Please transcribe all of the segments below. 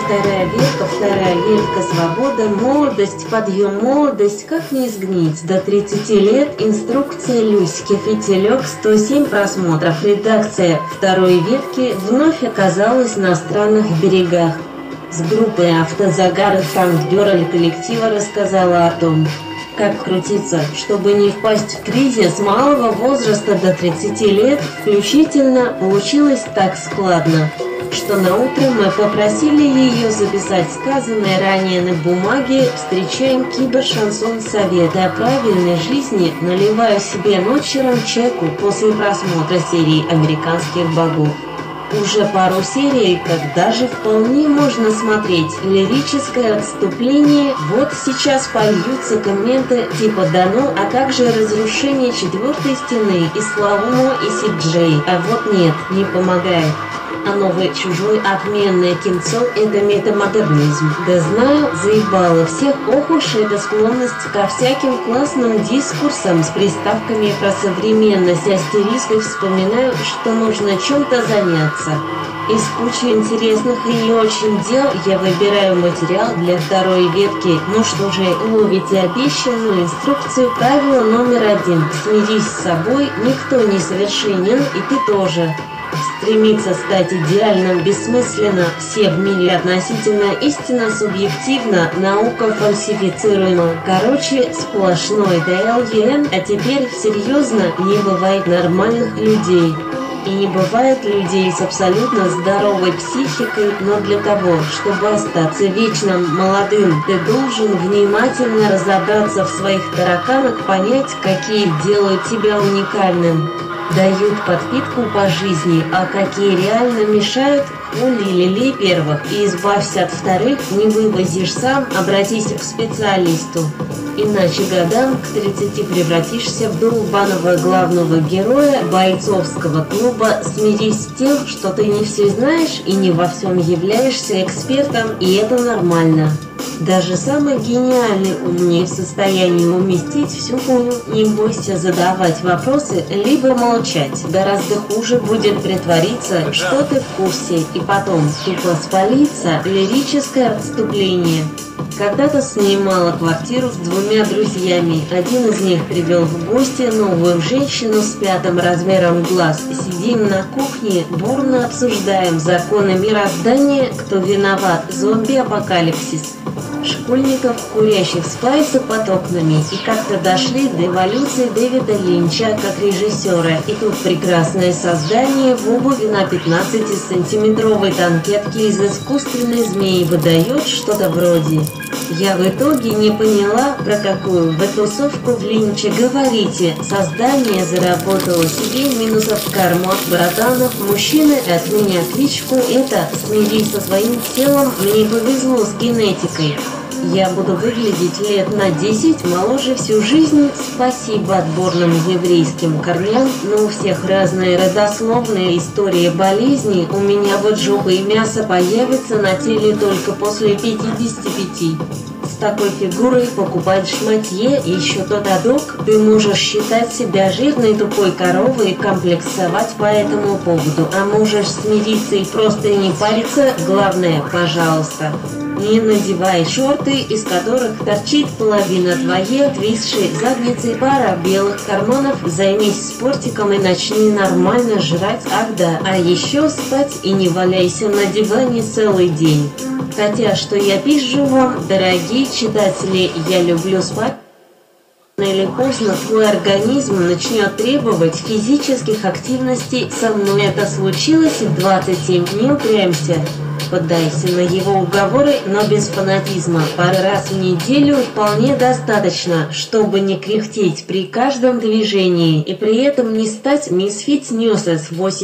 вторая ветка, свобода, молодость, подъем, молодость, как не сгнить. До 30 лет, инструкция Люськи, фитилек, 107 просмотров. Редакция второй ветки вновь оказалась на странных берегах. С группой «Автозагар» и «Фанк-Герл» коллектива рассказала о том, как крутиться, чтобы не впасть в кризис малого возраста до 30 лет, включительно, получилось так складно, что наутро мы попросили ее записать сказанное ранее на бумаге. Встречаем кибершансон советы о правильной жизни, наливаю себе ночером чеку после просмотра серии «Американских богов». Уже пару серий, как даже вполне можно смотреть лирическое отступление. Вот сейчас польются комменты типа «Да ну, а как же разрушение четвертой стены и Славумо и Си-Джей?» А вот нет, не помогает. А новый «Чужой» отменное кинцо – это метамодернизм. Да знаю, заебало всех, ох уж эта склонность ко всяким классным дискурсам с приставками про современность. Астериской вспоминаю, что нужно чем-то заняться. Из кучи интересных и не очень дел я выбираю материал для второй ветки. Ну что же, ловите обещанную инструкцию. Правило номер 1. Смирись с собой, никто не совершенен, и ты тоже. Стремиться стать идеальным бессмысленно, все в мире относительно, истина субъективна, наука фальсифицируема. Короче, сплошной ДЛЕН, а теперь серьезно, не бывает нормальных людей. И не бывает людей с абсолютно здоровой психикой, но для того, чтобы остаться вечно молодым, ты должен внимательно разобраться в своих тараканах, понять, какие делают тебя уникальным. Дают подпитку по жизни, а какие реально мешают, хули-лили первых, и избавься от вторых, не вывозишь сам, обратись к специалисту. Иначе годам к 30 превратишься в долбаного главного героя бойцовского клуба. Смирись с тем, что ты не все знаешь и не во всем являешься экспертом, и это нормально. Даже самый гениальный ум не в состоянии уместить всю хуйню. Не бойся задавать вопросы, либо молчать. Гораздо хуже будет притвориться, что ты в курсе, и потом тупо спалиться. Лирическое отступление. Когда-то снимала квартиру с 2 друзьями. Один из них привел в гости новую женщину с 5 размером глаз. Сидим на кухне, бурно обсуждаем законы мироздания, кто виноват, зомби-апокалипсис, школьников, курящих спайсы под окнами. И как-то дошли до эволюции Дэвида Линча как режиссера. И тут прекрасное создание в обуви на 15-сантиметровой танкетке из искусственной змеи выдает что-то вроде: «Я в итоге не поняла, про какую вы тусовку в Линче говорите. Создание заработало себе минусов в карму от братанов. Мужчины от меня кличку это «Смирись со своим телом, мне повезло с генетикой». Я буду выглядеть лет на 10 моложе всю жизнь. Спасибо отборным еврейским корням, но у всех разные родословные истории болезней. У меня вот жопа и мясо появится на теле только после 55. С такой фигурой покупать шматье и еще тот адок. Ты можешь считать себя жирной тупой коровой и комплексовать по этому поводу. А можешь смириться и просто не париться. Главное, пожалуйста, не надевай шорты, из которых торчит половина твоей отвисшей задницы, пара белых карманов. Займись спортиком и начни нормально жрать. Ах да, а еще спать и не валяйся на диване целый день. Хотя, что я пизжу вам, дорогие читатели, я люблю спать. Рано или поздно твой организм начнет требовать физических активностей. Со мной это случилось в 27. Не упрямься. Поддайся на его уговоры, но без фанатизма. Пару раз в неделю вполне достаточно, чтобы не кряхтеть при каждом движении и при этом не стать Misfits Nurses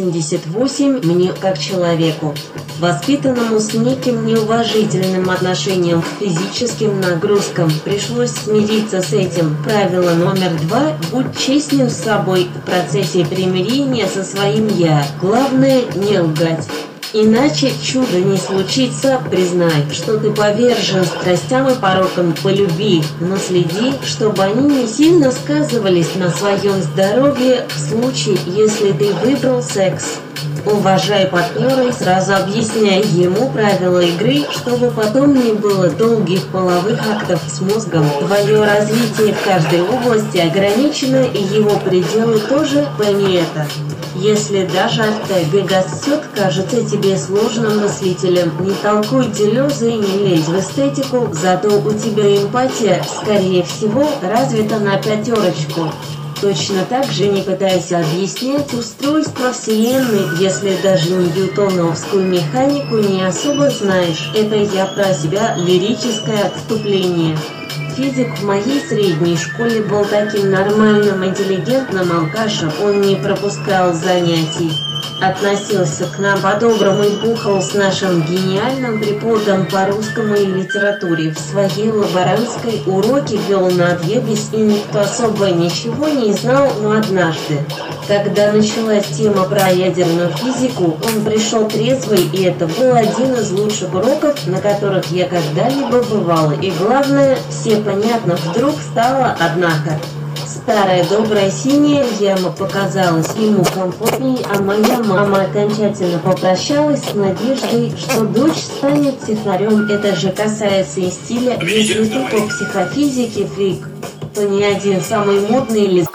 88 мне как человеку, воспитанному с неким неуважительным отношением к физическим нагрузкам. Пришлось смириться с этим. Правило номер 2. Будь честен с собой в процессе примирения со своим «я». Главное не лгать. Иначе чудо не случится. Признай, что ты повержен страстям и порокам, полюби, но следи, чтобы они не сильно сказывались на своем здоровье в случае, если ты выбрал секс. Уважай партнера и сразу объясняй ему правила игры, чтобы потом не было долгих половых актов с мозгом. Твое развитие в каждой области ограничено, и его пределы тоже. Пойми это. Если даже гасет кажется тебе сложным мыслителем, не толкуй делезы и не лезь в эстетику, зато у тебя эмпатия, скорее всего, развита на 5. Точно так же не пытайся объяснять устройство Вселенной, если даже ньютоновскую механику не особо знаешь. Это я про себя лирическое отступление. Физик в моей средней школе был таким нормальным, интеллигентным алкашем, он не пропускал занятий. Относился к нам по-доброму и бухал с нашим гениальным преподом по русскому и литературе. В своей лаборантской уроки вел на отъебись, и никто особо ничего не знал, но однажды, когда началась тема про ядерную физику, он пришел трезвый, и это был один из лучших уроков, на которых я когда-либо бывала. И главное, все понятно вдруг стало, однако. Старая добрая синяя яма показалась ему комфортней, а моя мама окончательно попрощалась с надеждой, что дочь станет технарем. Это же касается и стиля. Если ты по психофизике фрик, то ни один самый модный или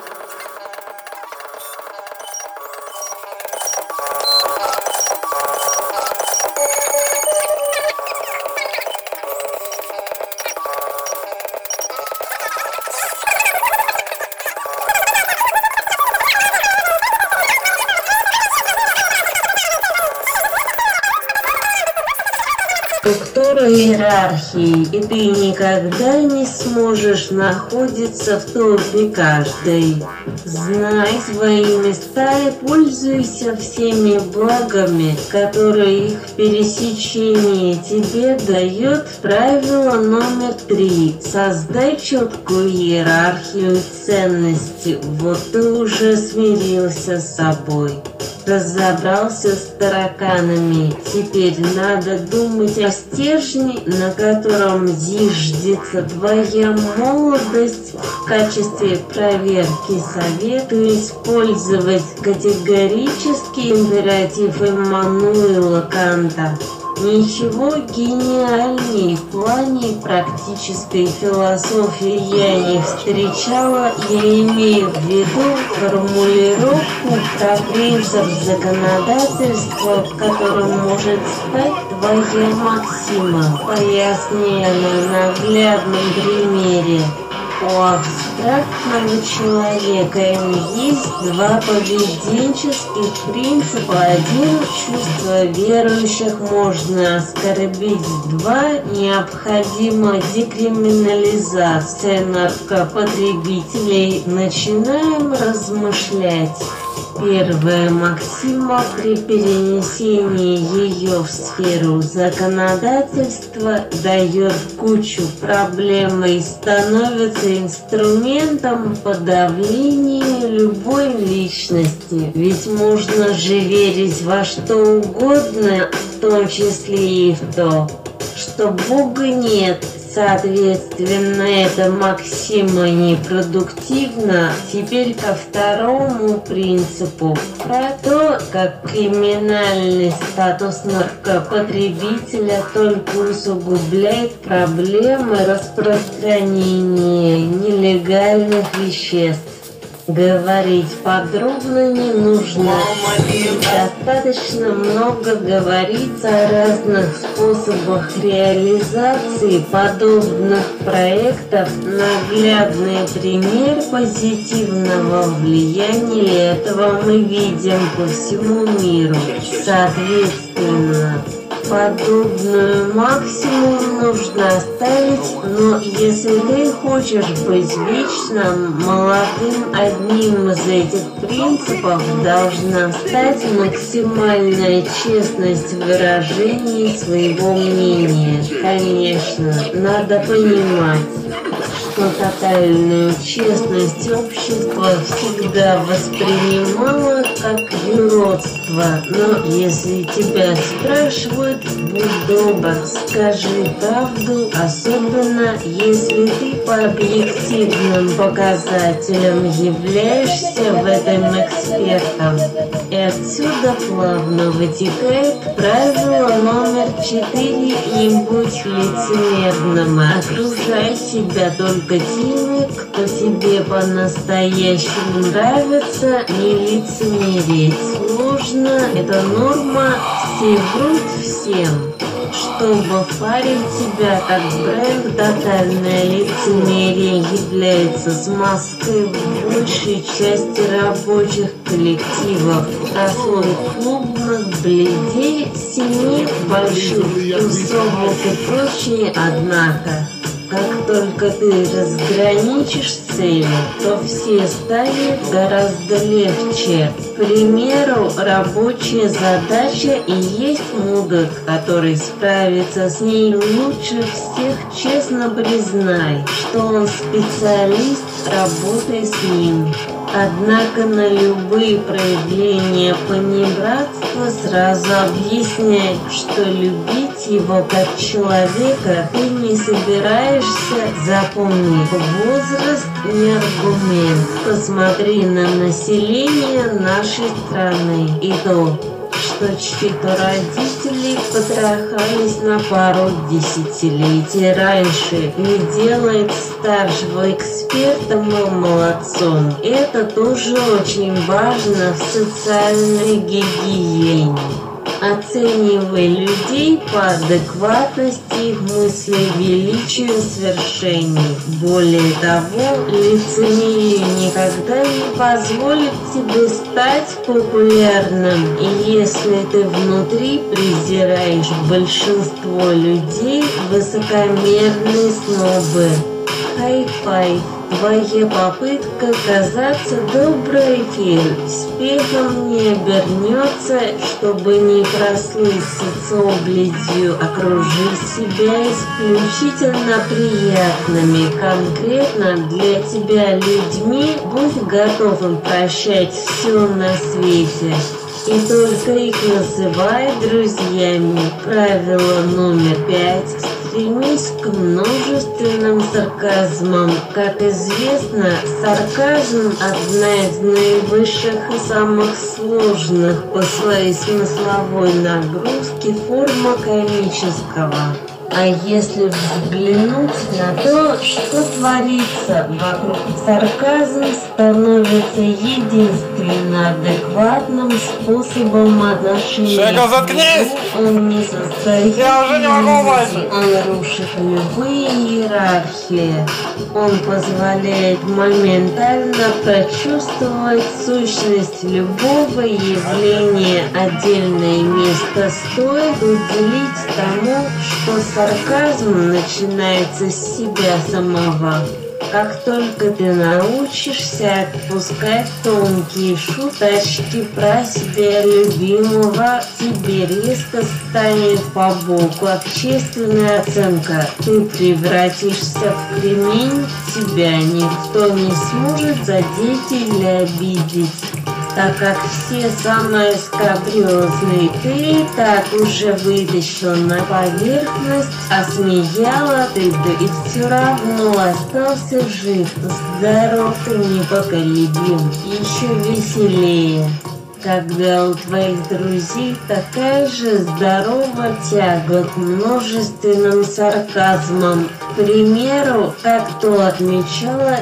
структура иерархии, и ты никогда не сможешь находиться в топе каждой. Знай свои места и пользуйся всеми благами, которые их пересечение тебе дает. Правило номер 3. Создай четкую иерархию ценностей. Вот ты уже смирился с собой. Разобрался с тараканами. Теперь надо думать о стержне, на котором зиждется твоя молодость. В качестве проверки советую использовать категорический императив Иммануила Канта. Ничего гениальней в плане практической философии я не встречала. Я имею в виду формулировку про принцип законодательства, в котором может стать твоя максима. Поясняю на наглядном примере. У абстрактного человека есть 2 поведенческих принципа. Один – чувство верующих можно оскорбить. 2 – необходима декриминализация наркопотребителей. Начинаем размышлять. Первая максима при перенесении ее в сферу законодательства дает кучу проблем и становится инструментом подавления любой личности. Ведь можно же верить во что угодно, в том числе и в то, что Бога нет. Соответственно, эта максима непродуктивна. Теперь ко второму принципу. Про то, как криминальный статус наркопотребителя только усугубляет проблемы распространения нелегальных веществ. Говорить подробно не нужно. Достаточно много говорится о разных способах реализации подобных проектов. Наглядный пример позитивного влияния этого мы видим по всему миру. Соответственно, подобную максимум нужно оставить, но если ты хочешь быть вечно молодым, одним из этих принципов должна стать максимальная честность в выражении своего мнения. Конечно, надо понимать, что что тотальную честность общество всегда воспринимало как юродство. Но если тебя спрашивают, будь добр, скажи правду, особенно если ты по объективным показателям являешься в этом экспертом. И отсюда плавно вытекает правило номер 4: не будь лицемерным, окружай себя только теми, кто тебе по-настоящему нравится. Не лицемерить сложно, это норма, все врут всем. Чтобы фарить себя как бренд, тотальное лицемерие является смазкой в большей части рабочих коллективов, прослой клубных бледей, семей, больших тусовок и прочее. Однако, как только ты разграничишь цели, то все станет гораздо легче. К примеру, рабочая задача и есть мудак, который справится с ней лучше всех. Честно признай, что он специалист, работай с ним. Однако на любые проявления понебратства сразу объясняй, что любить его как человека ты не собираешься. Запомни, возраст не аргумент. Посмотри на население нашей страны и то, что чьи-то родители потрахались на пару десятилетий раньше, не делает старшего экспертом и молодцом. Это тоже очень важно в социальной гигиене. Оценивай людей по адекватности их мыслей, величию, свершений. Более того, лицемерие никогда не позволит тебе стать популярным. И если ты внутри презираешь большинство людей, высокомерные снобы. Хай-фай. Твоя попытка казаться доброй успехом не обернется. Чтобы не прослыть обледью, окружи себя исключительно приятными, конкретно для тебя людьми. Будь готовым прощать все на свете и только их называй друзьями. Правило номер 5. Стремись к множественным сарказмам. Как известно, сарказм – одна из наивысших и самых сложных по своей смысловой нагрузке форма комического. А если взглянуть на то, что творится вокруг, сарказм становится единственно адекватным способом отношения. Шегл, заткнись! Он не состоит. Я уже не могу больше. Он рушит любые иерархии. Он позволяет моментально прочувствовать сущность любого явления. Отдельное место стоит уделить тому, что сарказм начинается с себя самого. Как только ты научишься отпускать тонкие шуточки про себя любимого, тебе резко станет по боку общественная оценка. Ты превратишься в кремень, тебя никто не сможет задеть или обидеть, так как все самые скабрёзные ты и так уже вытащил на поверхность, а смеяла ты, да и все равно остался жив, здоров и непоколебим. Еще веселее, когда у твоих друзей такая же здоровая тяга к множественным сарказмам. К примеру, как то отмечала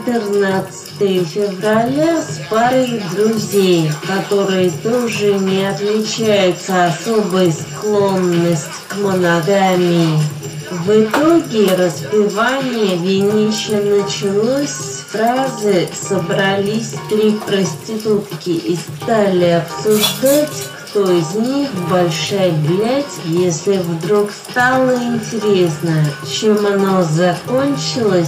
14 февраля с парой друзей, которые тоже не отличаются особой склонностью к моногамии. В итоге распевание винища началось с фразы «собрались 3 проститутки» и стали обсуждать, кто из них большая блядь. Если вдруг стало интересно, чем оно закончилось,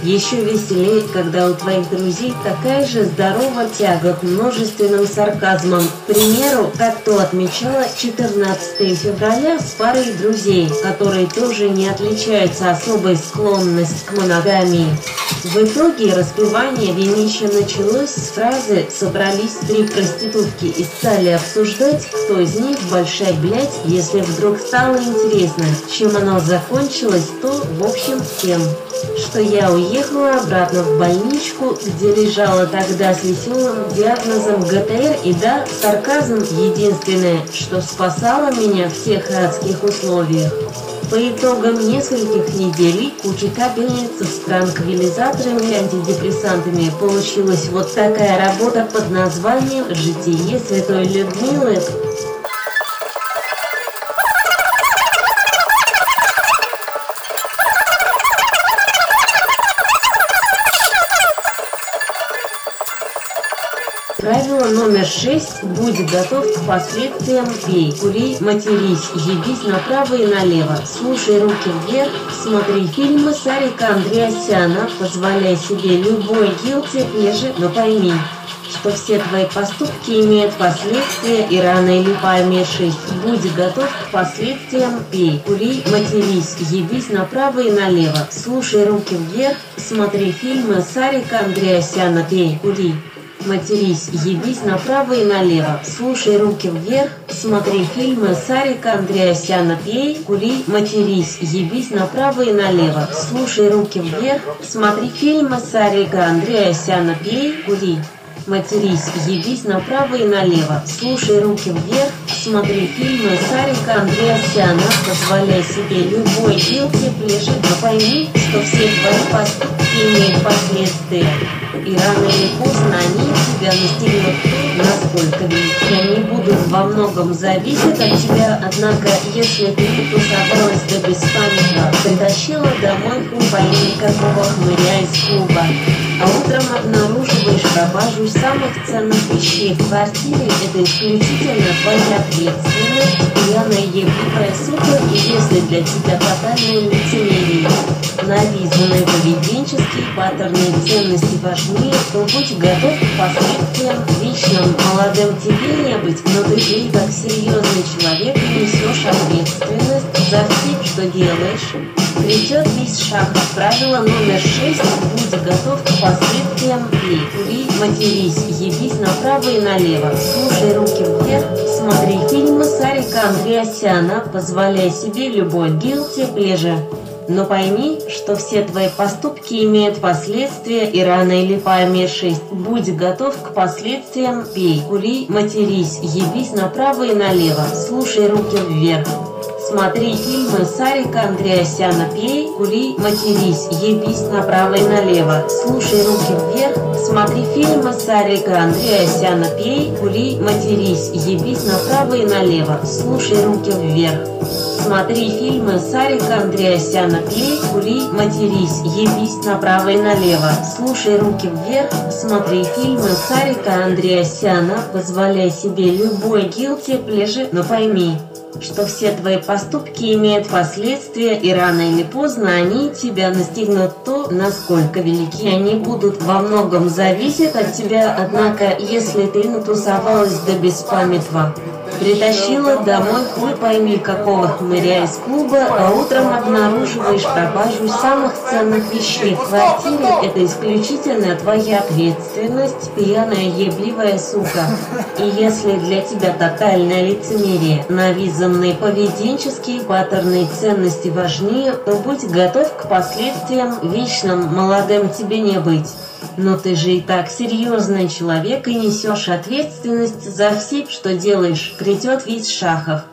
Еще веселее, когда у твоих друзей такая же здоровая тяга к множественным сарказмам. К примеру, как то отмечала 14 февраля с парой друзей, которые тоже не отличаются особой склонностью к моногамии. В итоге распевание винища началось с фразы «собрались 3 проститутки» и стали обсуждать, кто из них большая блядь, если вдруг стало интересно. Чем оно закончилось, то в общем тем, что я уехала обратно в больничку, где лежала тогда с веселым диагнозом ГТР, и да, сарказм единственное, что спасало меня в тех адских условиях. По итогам нескольких недель кучи капельниц с транквилизаторами и антидепрессантами получилась вот такая работа под названием «Житие святой Людмилы». Правило номер 6. Будь готов к последствиям. Пей, кури, матерись, ебись направо и налево. Слушай руки вверх, смотри фильмы Сарика Андреасяна, позволяй себе любой guilty pleasure, но пойми, что все твои поступки имеют последствия, и рано или поздно 6. Будь готов к последствиям. Пей, кури, матерись, ебись направо и налево. Слушай руки вверх, смотри фильмы Сарика Андреасяна. Пей, кури, матерись, ебись направо и налево. Слушай руки вверх, смотри фильмы Сарика Андреасяна. Пей, кури, матерись, ебись направо и налево. Слушай руки вверх, смотри фильмы Сарика Андреасяна. Пей, кури, матерись, ебись направо и налево. Слушай руки вверх, смотри фильмы Сарика Андреасяна, позволяй себе любой guilty pleasure, но пойми, что все твои поступки имеют последствия, и рано или поздно они тебя настигнут, насколько велики они будут во многом зависеть от тебя. Однако, если ты тусовалась до беспамятства, притащила домой хуй пойми какого хмыря из клуба, а утром обнаруживаешь пропажу самых ценных вещей в квартире, это исключительно твоя ответственность, пьяная ебливая сука, и если для тебя тотальное лицемерие, навязанные поведенческие паттерны и ценности важнее, то будь готов к последствиям. Вечным молодым тебе не быть, но ты как серьезный человек несешь ответственность за все, что делаешь. Придет весь шаг. Правило номер 6. Будь готов к последствиям. Пей, кури, матерись, ебись направо и налево. Слушай руки вверх, смотри фильмы Сарика Андреасяна, позволяй себе любой guilty pleasure. Но пойми, что все твои поступки имеют последствия, и рано или поздно 6. Будь готов к последствиям. Пей, кури, матерись, ебись направо и налево. Слушай руки вверх. Смотри фильмы Сарика Андреасяна. Пей, кури, матерись, ебись направо и налево. Слушай руки вверх. Смотри фильмы Сарика Андреасяна. Пей, кури, матерись, ебись направо и налево. Слушай руки вверх. Смотри фильмы Сарика Андреасяна. Пей, кури, матерись, ебись направо и налево. Слушай руки вверх. Смотри фильмы Сарика Андреасяна, позволяй себе любой guilty pleasure, но пойми, что все твои поступки имеют последствия, и рано или поздно они тебя настигнут, то, насколько велики они будут, во многом зависит от тебя. Однако, если ты натусовалась до беспамятства, притащила домой хуй пойми какого хмыря из клуба, а утром обнаруживаешь пропажу самых ценных вещей в квартире, это исключительно твоя ответственность, пьяная ебливая сука. И если для тебя тотальное лицемерие, навязанные поведенческие паттерны и ценности важнее, то будь готов к последствиям. Вечным молодым тебе не быть. Но ты же и так серьезный человек и несешь ответственность за все, что делаешь. Придет весь Шахов.